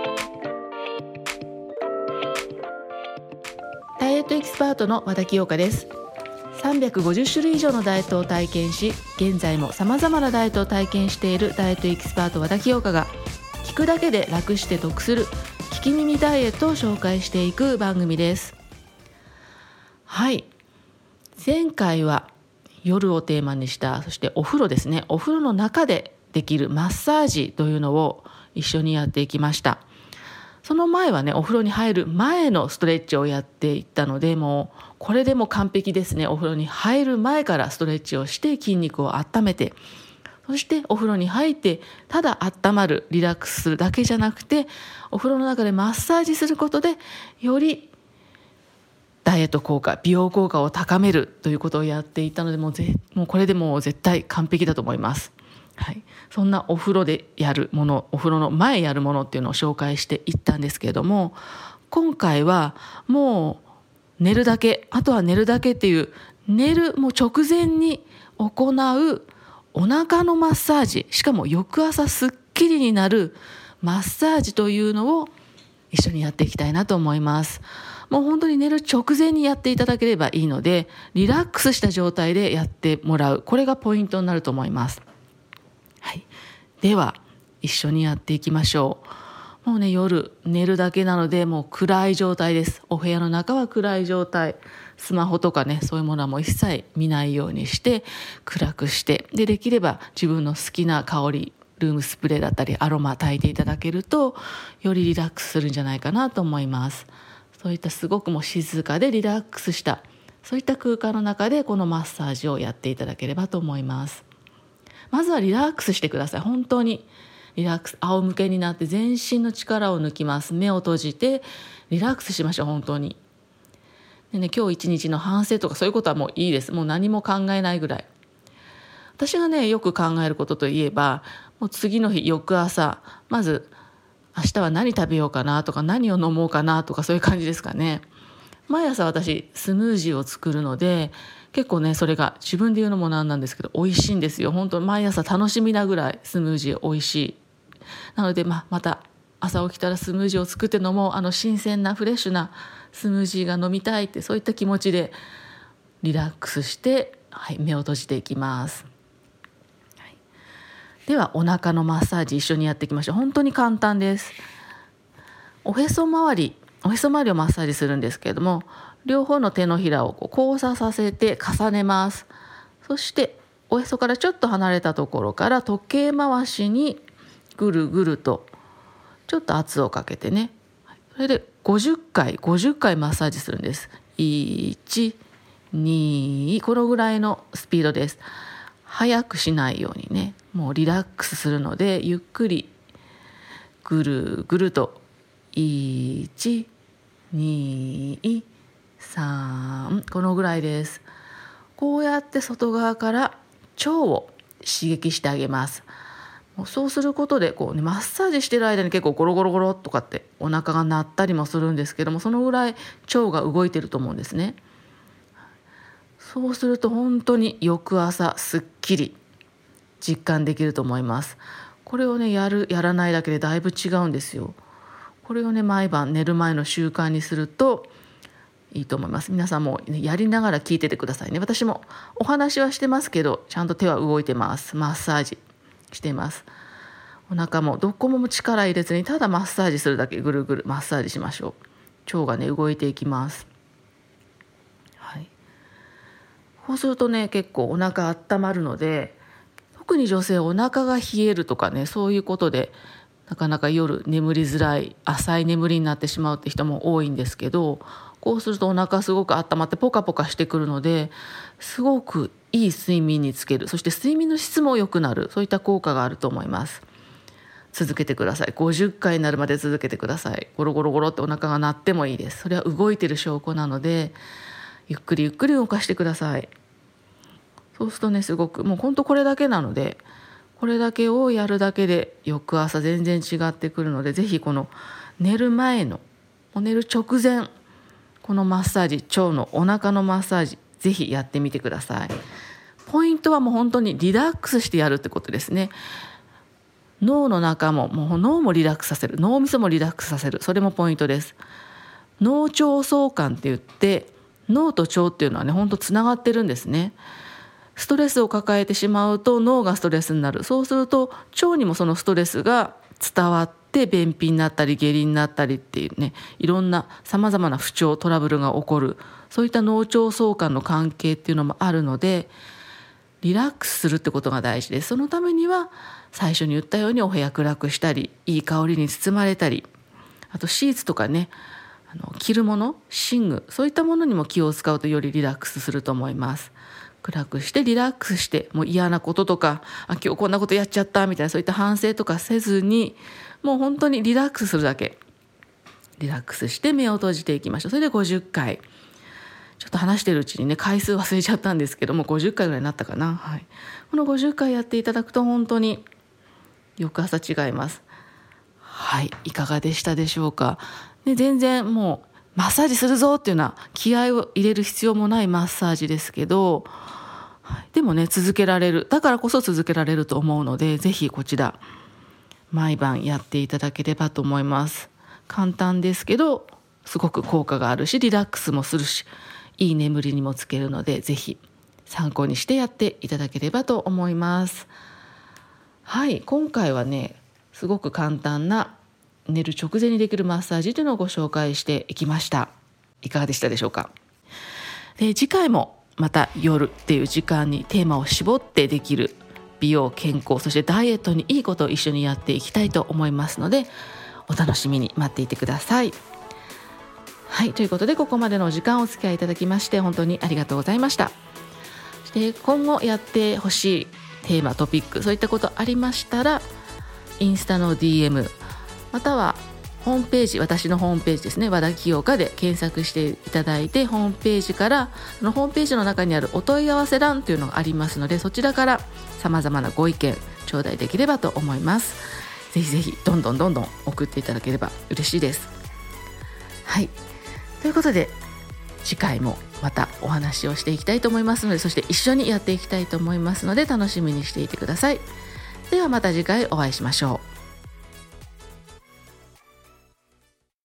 ダイエットエキスパートの和田清香です。350種類以上のダイエットを体験し、現在も様々なダイエットを体験しているダイエットエキスパート和田清香が、聞くだけで楽して得する聞き耳ダイエットを紹介していく番組です。はい、前回は夜をテーマにした、そしてお風呂ですね、お風呂の中でできるマッサージというのを一緒にやっていきました。その前はね、お風呂に入る前のストレッチをやっていったので、もうこれでも完璧ですね。お風呂に入る前からストレッチをして筋肉を温めて、そしてお風呂に入ってただ温まる、リラックスするだけじゃなくて、お風呂の中でマッサージすることでよりダイエット効果、美容効果を高めるということをやっていたので、もうこれでもう絶対完璧だと思います。はい、そんなお風呂でやるもの、お風呂の前やるものっていうのを紹介していったんですけれども、今回はもう寝るだけ、あとは寝るだけっていう、寝るもう直前に行うお腹のマッサージ、しかも翌朝すっきりになるマッサージというのを一緒にやっていきたいなと思います。もう本当に寝る直前にやっていただければいいので、リラックスした状態でやってもらう、これがポイントになると思います。はい、では一緒にやっていきましょう。もうね、夜寝るだけなので、もう暗い状態です。お部屋の中は暗い状態、スマホとかね、そういうものはもう一切見ないようにして暗くして、できれば自分の好きな香り、ルームスプレーだったりアロマ焚いていただけるとよりリラックスするんじゃないかなと思います。そういったすごくもう静かでリラックスした、そういった空間の中でこのマッサージをやっていただければと思います。まずはリラックスしてください。本当にリラックス、仰向けになって全身の力を抜きます。目を閉じてリラックスしましょう。本当にでね、今日一日の反省とかそういうことはもういいです。もう何も考えないぐらい。私がね、よく考えることといえば、もう次の日、翌朝、まず明日は何食べようかなとか、何を飲もうかなとか、そういう感じですかね。毎朝私スムージーを作るので、結構ね、それが自分で言うのもなんなんですけど美味しいんですよ。本当毎朝楽しみなぐらいスムージー美味しい。なので、また朝起きたらスムージーを作って飲もう、新鮮なフレッシュなスムージーが飲みたいって、そういった気持ちでリラックスして、はい、目を閉じていきます。はい、ではお腹のマッサージ一緒にやっていきましょう。本当に簡単です。おへそ周りをマッサージするんですけれども、両方の手のひらを交差させて重ねます。そしておへそからちょっと離れたところから時計回しにぐるぐるとちょっと圧をかけてね、それで50回マッサージするんです。1、2、このぐらいのスピードです。早くしないようにね、もうリラックスするので、ゆっくりぐるぐると1、2、3、このぐらいです。こうやって外側から腸を刺激してあげます。そうすることでマッサージしてる間に結構ゴロゴロゴロとかってお腹が鳴ったりもするんですけども、そのぐらい腸が動いてると思うんですね。そうすると本当に翌朝すっきり実感できると思います。これをね、やらないだけでだいぶ違うんですよ。これをね、毎晩寝る前の習慣にするといいと思います。皆さんも、ね、やりながら聞いててくださいね。私もお話はしてますけど、ちゃんと手は動いてます。マッサージしています。お腹もどこも力入れずに、ただマッサージするだけ、ぐるぐるマッサージしましょう。腸がね、動いていきます。はい、こうするとね、結構お腹温まるので、特に女性お腹が冷えるとかね、そういうことでなかなか夜眠りづらい、浅い眠りになってしまうって人も多いんですけど、こうするとお腹すごく温まってポカポカしてくるので、すごくいい睡眠につける、そして睡眠の質も良くなる、そういった効果があると思います。続けてください。50回になるまで続けてください。ゴロゴロゴロってお腹が鳴ってもいいです。それは動いてる証拠なので、ゆっくりゆっくり動かしてください。そうするとね、すごくもう本当これだけなので、これだけをやるだけで翌朝全然違ってくるので、ぜひこの寝る前の、寝る直前、このマッサージ、腸のお腹のマッサージ、ぜひやってみてください。ポイントはもう本当にリラックスしてやるってことですね。 脳の中も、もう脳もリラックスさせる、脳みそもリラックスさせる、それもポイントです。脳腸相関って言って、脳と腸っていうのはね、本当つながってるんですね。ストレスを抱えてしまうと脳がストレスになる。そうすると腸にもそのストレスが伝わって便秘になったり下痢になったりっていうね、いろんなさまざまな不調トラブルが起こる、そういった脳腸相関の関係っていうのもあるので、リラックスするってことが大事です。そのためには最初に言ったようにお部屋暗くしたり、いい香りに包まれたり、あとシーツとかね、着るもの、寝具、そういったものにも気を使うとよりリラックスすると思います。暗くしてリラックスして、もう嫌なこととか、今日こんなことやっちゃったみたいな、そういった反省とかせずに、もう本当にリラックスするだけ。リラックスして目を閉じていきましょう。それで50回。ちょっと話しているうちにね、回数忘れちゃったんですけども、50回ぐらいになったかな。はい。この50回やっていただくと本当に翌朝違います。はい。いかがでしたでしょうか。ね、全然もうマッサージするぞっていうのは気合を入れる必要もないマッサージですけど、でもね、続けられる。だからこそ続けられると思うので、ぜひこちら毎晩やっていただければと思います。簡単ですけどすごく効果があるし、リラックスもするし、いい眠りにもつけるので、ぜひ参考にしてやっていただければと思います。はい、今回はね、すごく簡単な寝る直前にできるマッサージというのをご紹介していきました。いかがでしたでしょうか。で、次回もまた夜っていう時間にテーマを絞ってできる美容、健康、そしてダイエットにいいことを一緒にやっていきたいと思いますので、お楽しみに待っていてください。はい、ということでここまでのお時間をお付き合いいただきまして本当にありがとうございました。そして今後やってほしいテーマ、トピック、そういったことありましたら、インスタの DM またはホームページ、私のホームページですね、和田清香で検索していただいて、ホームページからそのホームページの中にあるお問い合わせ欄というのがありますので、そちらからさまざまなご意見頂戴できればと思います。ぜひぜひどんどん送っていただければ嬉しいです。はい、ということで次回もまたお話をしていきたいと思いますので、そして一緒にやっていきたいと思いますので、楽しみにしていてください。ではまた次回お会いしましょう。